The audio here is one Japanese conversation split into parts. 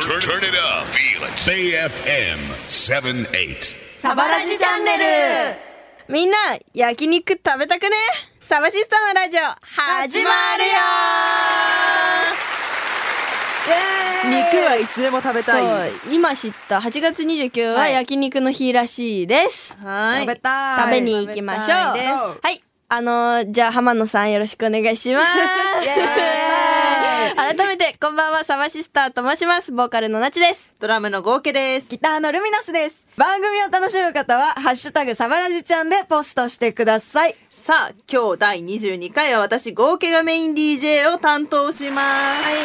Turn it up. Feel it. BFM 78. サバラジチャンネル。みんな焼肉食べたくね？サバシスタのラジオ始まるよー。 肉はいつでも食べたい。 そう、今知った8月29は焼肉の日らしいです。 はい。 食べたい。 食べに行きましょう。はい。じゃあ浜野さんよろしくお願いします。改めてこんばんは、サバシスターと申します。ボーカルのなちです。 ドラムのゴーケです。 ギターのルミナスです。番組を楽しむ方はハッシュタグサバラジちゃんでポストしてください。 さあ、今日第22回は私ゴーケがメイン DJ を担当します。イエ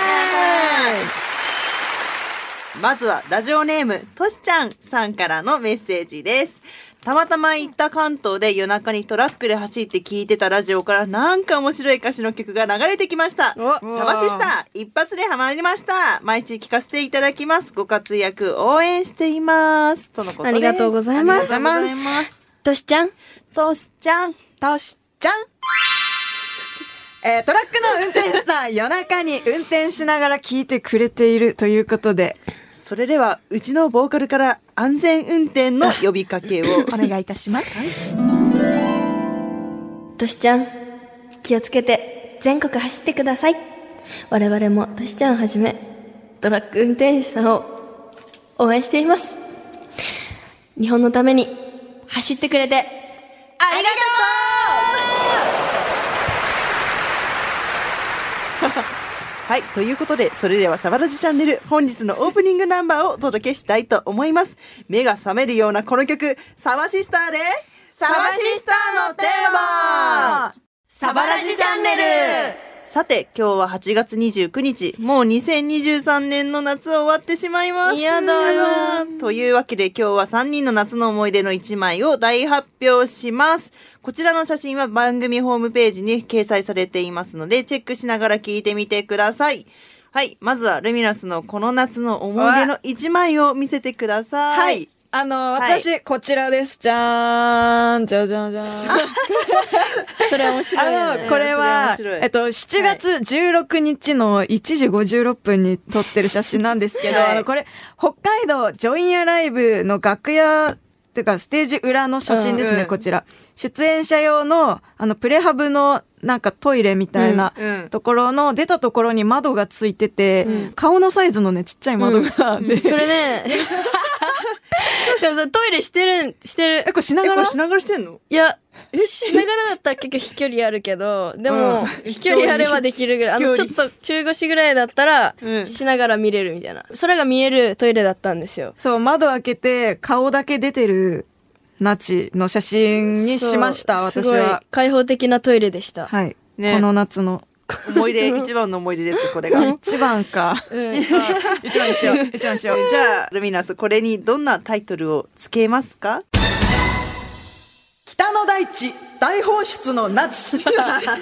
ーイ。まずはラジオネームとしちゃんさんからのメッセージです。たまたま行った関東で夜中にトラックで走って聞いてたラジオからなんか面白い歌詞の曲が流れてきました。サバシスター一発でハマりました。毎週聞かせていただきます。ご活躍応援していますとのことです。 ありがとうございます。 ありがとうございます。 としちゃんとしちゃんトラックの運転手さん夜中に運転しながら聞いてくれているということで、 それではうちのボーカルから安全運転の呼びかけをお願いいたします。 としちゃん気をつけて全国走ってください。我々もとしちゃんはじめトラック運転手さんを応援しています。日本のために走ってくれてありがとう。 はい、ということで、それではサバラジチャンネル、本日のオープニングナンバーをお届けしたいと思います。目が覚めるようなこの曲、サバシスターで、サバシスターのテーマサバラジチャンネル。 さて、今日は8月29日、もう2023年の夏は終わってしまいます。 やだよ。 というわけで今日は3人の夏の思い出の1枚を大発表します。こちらの写真は番組ホームページに掲載されていますので、チェックしながら聞いてみてください。はい、まずはルミナスのこの夏の思い出の1枚を見せてください。 はい。私、こちらです。じゃーん。じゃじゃじゃーん。 それ面白いよね。 これは、7月16日の1時56分に撮ってる写真なんですけど、これ、北海道ジョインアライブの楽屋、っていうか、ステージ裏の写真ですね、こちら。出演者用の、プレハブの、なんかトイレみたいなところの、出たところに窓がついてて、顔のサイズのね、ちっちゃい窓があって。 それね、でもトイレしてる。 これしながらしてんの？ いや、しながらだったら結構飛距離あるけど、でも、飛距離あればできるぐらい、ちょっと中腰ぐらいだったら、しながら見れるみたいな。空が見えるトイレだったんですよ。 そう、窓開けて、顔だけ出てる、ナチの写真にしました、私は。すごい開放的なトイレでした。 はい。ね、この夏の。 思い出、一番の思い出です、これが。 一番か。一番にしよう。じゃあ、ルミナス、これにどんなタイトルをつけますか？ 北の大地、大放出のナチ。一体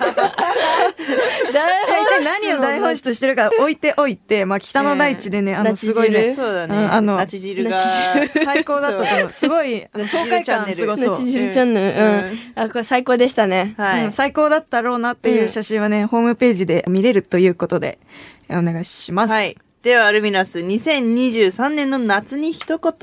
何を大放出してるか置いておいて、まあ、北の大地でね、すごいね。 そうだね。ナチ汁が。 最高だったと思う。すごい、爽快感すごそう。 ナチ汁チャンネル。これ最高でしたね。 はい。最高だったろうなっていう写真はね、ホームページで見れるということで、お願いします。 はい。では、ルミナス、2023年の夏に一言。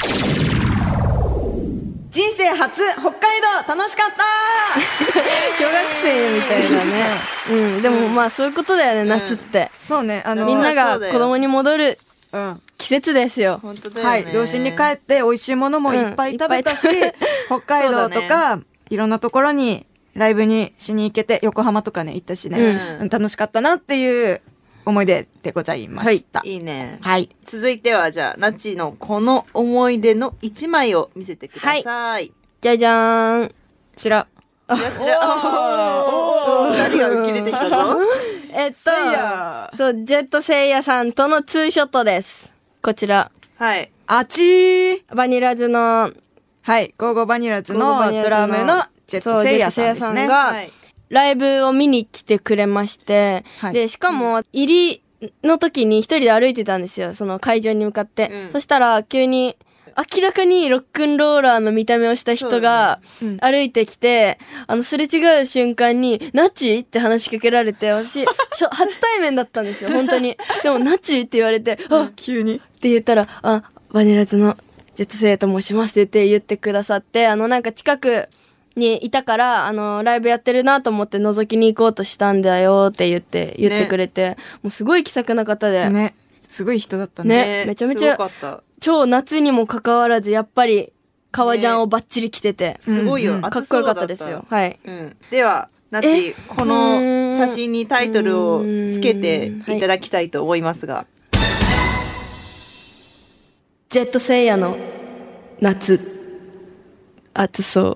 人生初北海道楽しかった小学生みたいなね。でもまあそういうことだよね、夏って。 そうね、 みんなが子供に戻る季節ですよ。 本当だよね。 はい、両親に帰って美味しいものもいっぱい食べたし、北海道とかいろんなところにライブにしに行けて、横浜とかね行ったしね、楽しかったなっていう思い出でございました。 いいね。 はい。 続いてはじゃあナチのこの思い出の1枚を見せてください。 じゃじゃーん。 チラ。 何が浮き出てきたぞ。 そう、ジェットセイヤさんとのツーショットです。こちら。 はい。 あちー。 バニラズの、 はい、ゴーゴーバニラズのドラムのジェットセイヤさんですね。 ライブを見に来てくれまして、で、しかも、入りの時に一人で歩いてたんですよ。その会場に向かって。そしたら、急に、 明らかにロックンローラーの見た目をした人が歩いてきて、すれ違う瞬間に、ナチって話しかけられて、私、初対面だったんですよ、本当に。でも、ナチって言われて、 急に。 って言ったら、バニラズのジェットセイと申しますって言ってくださって、なんか近くにいたから、ライブやってるなと思って覗きに行こうとしたんだよって言ってくれて、もうすごい気さくな方で。 ね。すごい人だったね。 めちゃめちゃすごかった。 超夏にもかかわらずやっぱり革ジャンをバッチリ着てて、 すごいよ、 かっこよかったですよ。はい。 ではナチ、この写真にタイトルをつけていただきたいと思いますが、 ジェットセイヤの夏暑そう。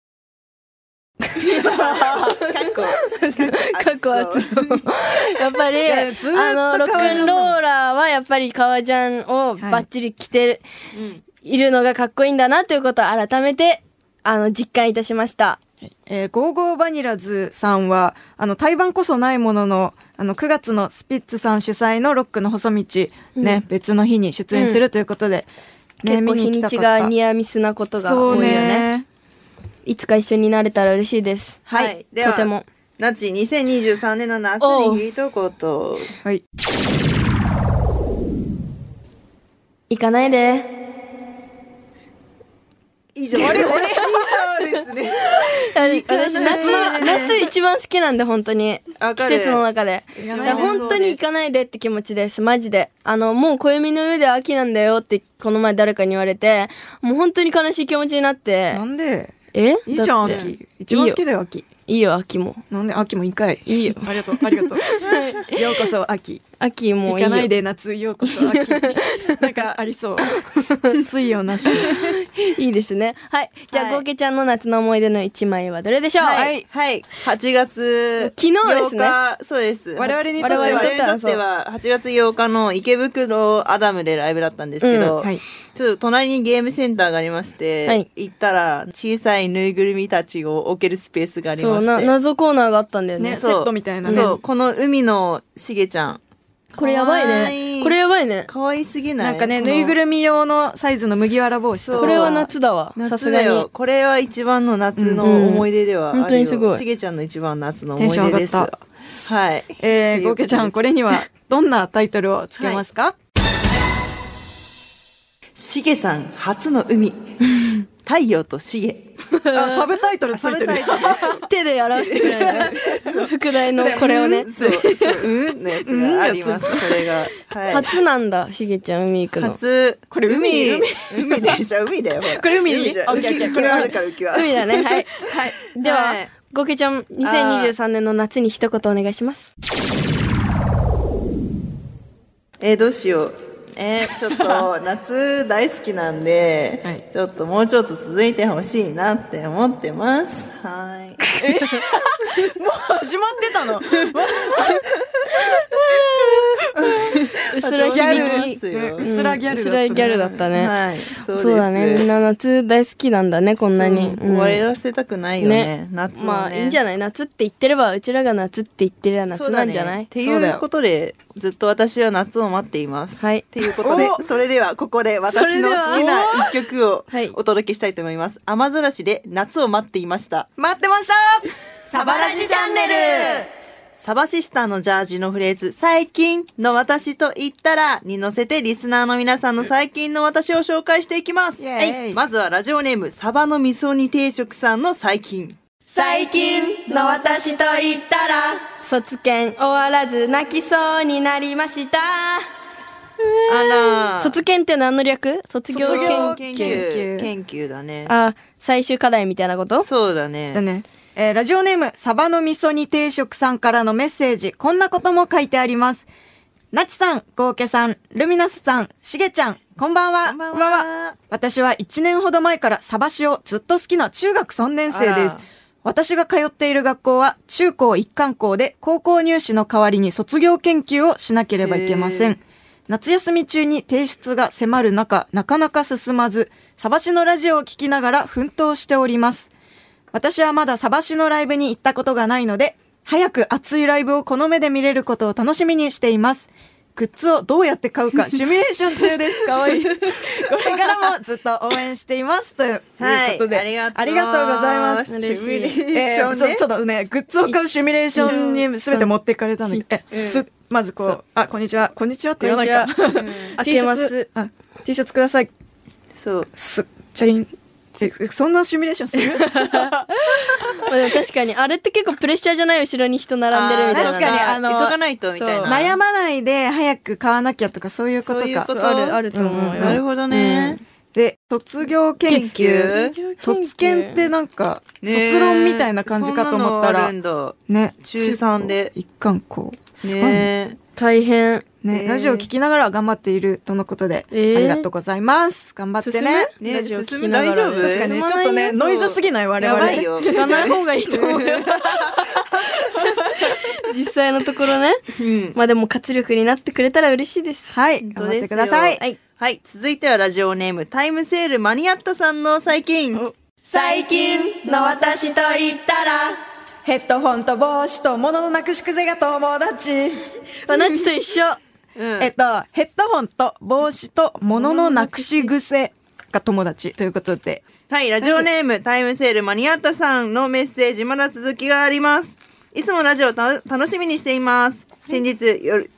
かっこ暑そう。やっぱりロックンローラーはやっぱり革ジャンをバッチリ着ているのがかっこいいんだなということを改めて実感いたしました。 ゴーゴーバニラズさんは対バンこそないものの9月のスピッツさん主催のロックの細道、別の日に出演するということで、 結構日にちがニアミスなことが多いよね。いつか一緒になれたら嬉しいです。 はい。では、 とても。 ナチ2023年の夏に一言。 はい。 行かないで。 以上ですね。 私夏一番好きなんで、本当に。季節の中で。本当に行かないでって気持ちです。マジで。もう暦の上で秋なんだよってこの前誰かに言われて、もう本当に悲しい気持ちになって。 なんで？ いいじゃん、秋。一番好きだよ、秋。 いいよ、秋も。 なんで秋もいいかい？ いいよ。 ありがとう。ようこそ、秋。 秋もいいよ。 行かないで、夏、ようこそ、秋。なんかありそう。水曜なし。 いいですね。はい。じゃあ、ゴーケちゃんの夏の思い出の1枚はどれでしょう？ はい。8月昨日ですね。 そうです。 我々にとっては8月8日の池袋アダムでライブだったんですけど、ちょっと隣にゲームセンターがありまして、行ったら小さいぬいぐるみたちを置けるスペースがありまして。 そう、謎コーナーがあったんだよね。 セットみたいなね。 そう、この海のしげちゃん。 これやばいね。これやばいね。 かわいすぎない？ なんかね、ぬいぐるみ用のサイズの麦わら帽子とか。 これは夏だわ。さすがに。 これは一番の夏の思い出ではあるよ。 本当にすごい。 しげちゃんの一番夏の思い出です。はい。 ゴーケちゃん、これにはどんなタイトルをつけますか？ しげさん初の海。太陽としげ。 サブタイトルついてる。 手で表してくれない。副題のこれをね。 そう、のやつがあります。これが。 初なんだ、しげちゃん海行くの。 初。これ海でしょ、海だよ。 これ海に。 これあるから浮きは。 海だね。はい。では、ゴケちゃん、2023年の夏に一言お願いします。 どうしよう。ちょっと夏大好きなんで、ちょっともうちょっと続いてほしいなって思ってます。はい。 もう始まってたの？ うすら響き、 うすらギャルだったね。 はい、そうです。 そうだね。みんな夏大好きなんだね、こんなに。 終わらせたくないよね。夏はね。 まあいいんじゃない？夏って言ってれば、うちらが夏って言ってれば夏なんじゃない？ っていうことで、ずっと私は夏を待っています。 はい。 っていうことで、それではここで私の好きな一曲をお届けしたいと思います。雨ざらしで夏を待っていました。 待ってました。 サバラジチャンネル。サバシスターのジャージのフレーズ、最近の私と言ったらに乗せてリスナーの皆さんの最近の私を紹介していきます。まずはラジオネーム、サバの味噌煮定食さんの最近。 最近の私と言ったら、卒検終わらず泣きそうになりました。 あら。 卒検って何の略？卒業研究だね。 最終課題みたいなこと？ そうだね。 ラジオネーム、サバの味噌煮定食さんからのメッセージ、こんなことも書いてあります。なちさん、ゴーケさん、ルミナスさん、しげちゃん、こんばんは。 こんばんは。 私は1年ほど前からサバシをずっと好きな中学3年生です。私が通っている学校は中高一貫校で高校入試の代わりに卒業研究をしなければいけません。夏休み中に提出が迫る中、なかなか進まず、サバシのラジオを聞きながら奮闘しております。私はまだサバシのライブに行ったことがないので、早く熱いライブをこの目で見れることを楽しみにしています。 グッズをどうやって買うかシミュレーション中です。かわいい。これからもずっと応援していますということで、 はい、 ありがとうございます。 シミュレーションね、 ちょっとね、グッズを買うシミュレーションに全て持っていかれたんだけど、まずこう、こんにちはって言わないか。 開けます。 T シャツください。 そう。 チャリン。そんなシミュレーションする？ でも確かにあれって結構プレッシャーじゃない後ろに人並んでるみたいな。 確かに急がないとみたいな。 悩まないで早く買わなきゃとかそういうことか。そういうことあると思うよ。 なるほどね。 で、卒業研究、卒研ってなんか卒論みたいな感じかと思ったらね、 中3で一貫校、すごいね。 大変ね、ラジオ聞きながら頑張っているとのことで、ありがとうございます。頑張ってね。 ラジオ聞きながら大丈夫？ 確かにね、ちょっとね、ノイズすぎない我々。 やばいよ。 聞かない方がいいと思うよ。実際のところね。まあでも活力になってくれたら嬉しいです。 はい、頑張ってください。 はい、続いてはラジオネームタイムセール間に合ったさんの最近の私と言ったらヘッドホンと帽子と物のなくし癖が友達。 ナッチと一緒。 ヘッドホンと帽子と物のなくし癖が友達ということで。 はい、ラジオネームタイムセール間に合ったさんのメッセージ、まだ続きがあります。いつもラジオ楽しみにしています。先日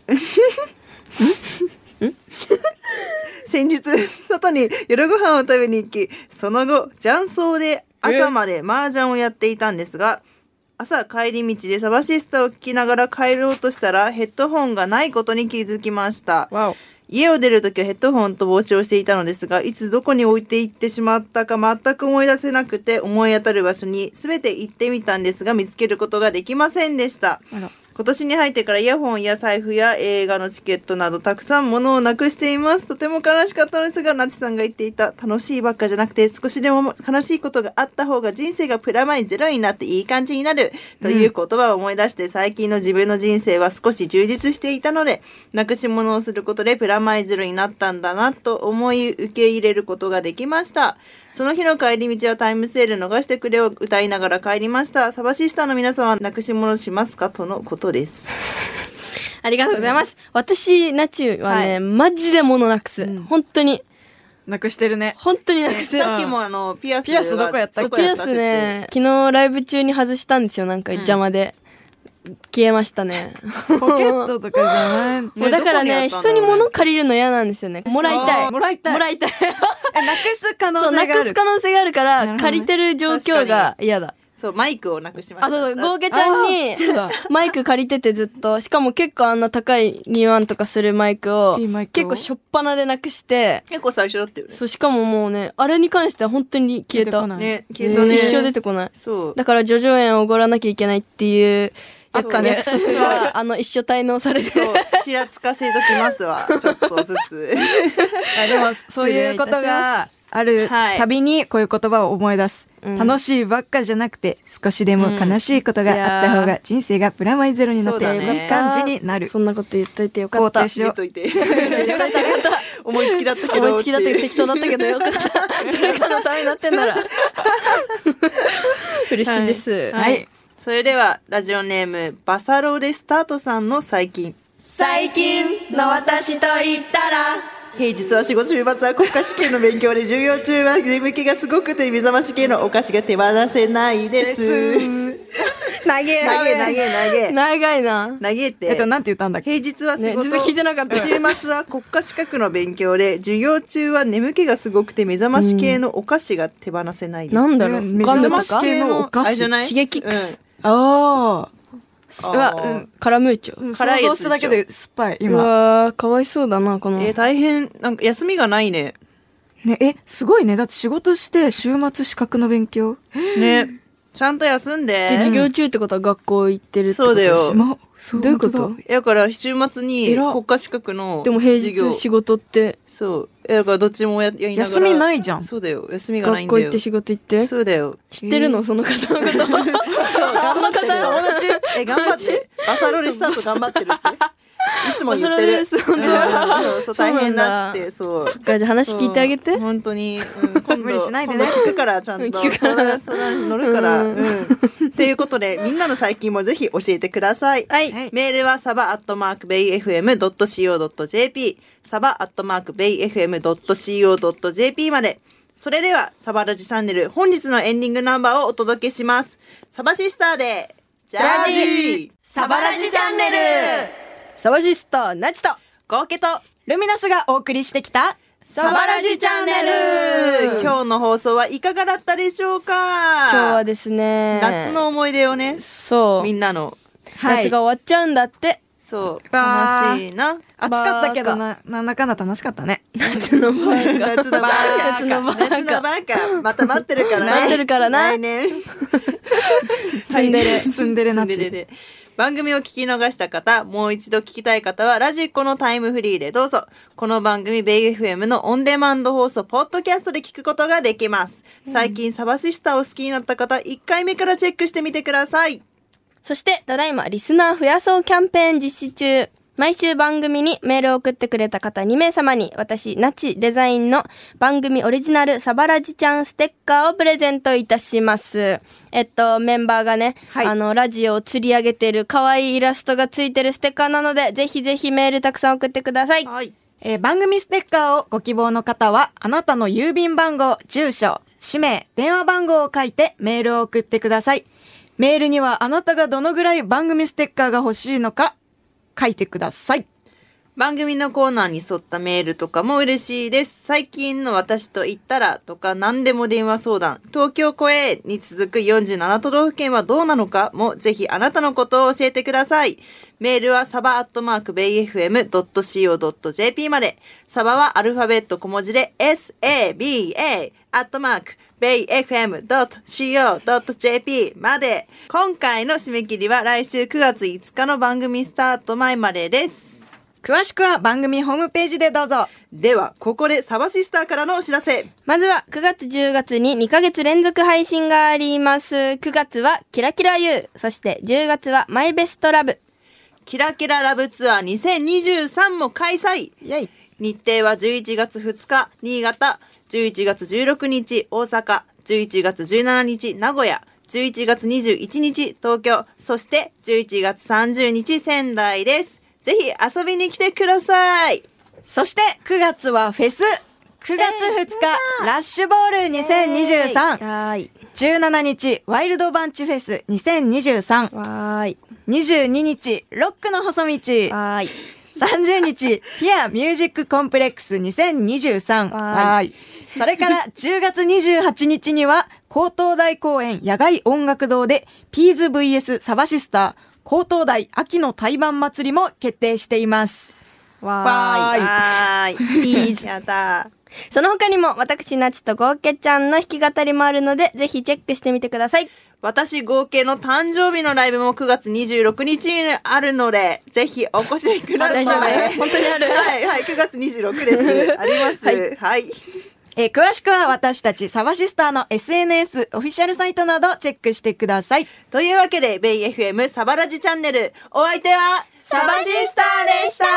外に夜ご飯を食べに行き、その後雀荘で朝まで麻雀をやっていたんですが、朝帰り道でサバシスタを聞きながら帰ろうとしたらヘッドホンがないことに気づきました。家を出るときはヘッドホンと帽子をしていたのですが、いつどこに置いていってしまったか全く思い出せなくて、思い当たる場所に全て行ってみたんですが見つけることができませんでした。今年に入ってからイヤホンや財布や映画のチケットなどたくさん物をなくしています。とても悲しかったのですが、なちさんが言っていた楽しいばっかじゃなくて少しでも悲しいことがあった方が人生がプラマイゼロになっていい感じになるという言葉を思い出して、最近の自分の人生は少し充実していたので、なくし物をすることでプラマイゼロになったんだなと思い受け入れることができました。その日の帰り道はタイムセール逃してくれを歌いながら帰りました。サバシスタの皆さんはなくし物しますかとのことです。 ありがとうございます。私ナチはね、マジで物なくす。本当になくしてるね。 本当になくす。 さっきもピアスどこやったっけ？ ピアスね、昨日ライブ中に外したんですよ。なんか邪魔で。消えましたね。 ポケットとかじゃない。 もうだからね、人に物借りるの嫌なんですよね。もらいたい。 もらいたい。 なくす可能性がある。 なくす可能性があるから、借りてる状況が嫌だ。 そう、マイクをなくしました。 そう、ゴーゲちゃんにマイク借りててずっと、しかも結構あんな高い2万とかするマイクを、結構しょっぱなでなくして、 結構最初だったよね。 そう、しかももうね、あれに関しては本当に消えた。 ね、消えたね。 一生出てこない。 そう。 だから叙々苑をおごらなきゃいけないっていう、約束は、一生滞納されて。 そう、ちらつかせときますわ。ちょっとずつ。 でも、そういうことがあるたびに、こういう言葉を思い出す。楽しいばっかじゃなくて、少しでも悲しいことがあった方が、人生がプラマイゼロになっていい感じになる。 そんなこと言っといてよかった。 言っといて。思いつきだったけど。 思いつきだったけど、適当だったけどよかった。誰かのためになってんなら。嬉しいです。 はい。それではラジオネームバサロレスタートさんの最近の私と言ったら、平日は仕事、週末は国家試験の勉強で、授業中は眠気がすごくて目覚まし系のお菓子が手放せないです長いな。 長いって。 なんて言ったんだっけ？ 平日は仕事、 聞いてなかった。 週末は国家資格の勉強で、授業中は眠気がすごくて目覚まし系のお菓子が手放せないです。 なんだろう。 目覚まし系のお菓子。 刺激。カラムーチョ。 辛いやつでしょ。 想像しただけで酸っぱい今。 うわー、かわいそうだなこの。 大変。なんか休みがないね。 ね、すごいね。だって仕事して週末資格の勉強。 ね。ちゃんと休んで。 で、授業中ってことは学校行ってるってことでしょ。 そうだよ。 どういうこと？ だから週末に国家資格のでも平日仕事って。 そう。だからどっちもやりながら。 休みないじゃん。 そうだよ。休みがないんだよ。 学校行って仕事行って。 そうだよ。 知ってるのその方のこと。その方の頑張って。バサロレスタート頑張ってるって。 つも言ってる。 それです本当そう大変だっつって、そう。 そっか、じゃあ話聞いてあげて。 そう本当に、今度無理しないでね今度聞くからちゃんと相談乗るから。ということで、みんなの最近もぜひ教えてください。 はいメールはサバ@bayfm.co.jp、サバ@bayfm.co.jp まで。それではサバラジチャンネル本日のエンディングナンバーをお届けします。サバシスターでジャージーサバラジチャンネル、 サバシスターナチとゴーケとルミナスがお送りしてきたサバラジチャンネル。 今日の放送はいかがだったでしょうか。 今日はですね、 夏の思い出をね、 そうみんなの、 夏が終わっちゃうんだって。 そうわー悲しいな。 暑かったけどバなんだかんだ楽しかったね。 夏のバカ夏のバカ夏のバカ夏のバカまた待ってるからね。 待ってるからな来年ツンデレツンデレナチツンデレレ番組を聞き逃した方、もう一度聞きたい方はラジコのタイムフリーでどうぞ。この番組ベイ FM のオンデマンド放送ポッドキャストで聞くことができます。最近サバシスターを好きになった方、1回目からチェックしてみてください。 そしてただいまリスナー増やそうキャンペーン実施中。毎週番組にメールを送ってくれた方2名様に私ナチデザインの番組オリジナルサバラジちゃんステッカーをプレゼントいたします。メンバーがね、 はいラジオを釣り上げてる可愛いイラストがついてるステッカーなので、ぜひぜひメールたくさん送ってください。 はい。 番組ステッカーをご希望の方は、あなたの郵便番号、住所、氏名、電話番号を書いてメールを送ってください。メールにはあなたがどのぐらい番組ステッカーが欲しいのか書いてください。 番組のコーナーに沿ったメールとかも嬉しいです。最近の私と言ったらとか何でも電話相談、東京声に続く47都道府県はどうなのかもぜひあなたのことを教えてください。メールはサバ@bayfm.co.jp まで。サバはアルファベット小文字で saba@bayfm.co.jp まで。今回の締め切りは来週9月5日の番組スタート前までです。 詳しくは番組ホームページでどうぞ。 ではここでサバシスターからのお知らせ。 まずは9月10月に2ヶ月連続配信があります。9月はキラキラ U、 そして10月はマイベストラブ。 キラキララブツアー2023も開催。 イェイ。 日程は11月2日新潟、11月16日大阪、11月17日名古屋、11月21日東京、そして11月30日仙台です。ぜひ遊びに来てください。 そして9月はフェス。9月2日、ラッシュボール2023。 はい。 17日、ワイルドバンチフェス2023。 わーい。 22日、ロックの細道。 わーい。 30日、ピアミュージックコンプレックス2023。 わーい。 それから10月28日には、高東台公園野外音楽堂で、ピーズ VS サバシスター、高東台秋の対バン祭りも決定しています。 わーい。 はーい。 ピーズやったその他にも私ナチとゴーケちゃんの弾き語りもあるので、ぜひチェックしてみてください。 私合計の誕生日のライブも9月26日にあるので、ぜひお越しください。 大丈夫本当にあるはい、はい、9月26です。あります。はい。 詳しくは私たちサバシスターの SNS オフィシャルサイトなどチェックしてください。 というわけで、ベイ FM サバラジチャンネル、お相手はサバシスターでした。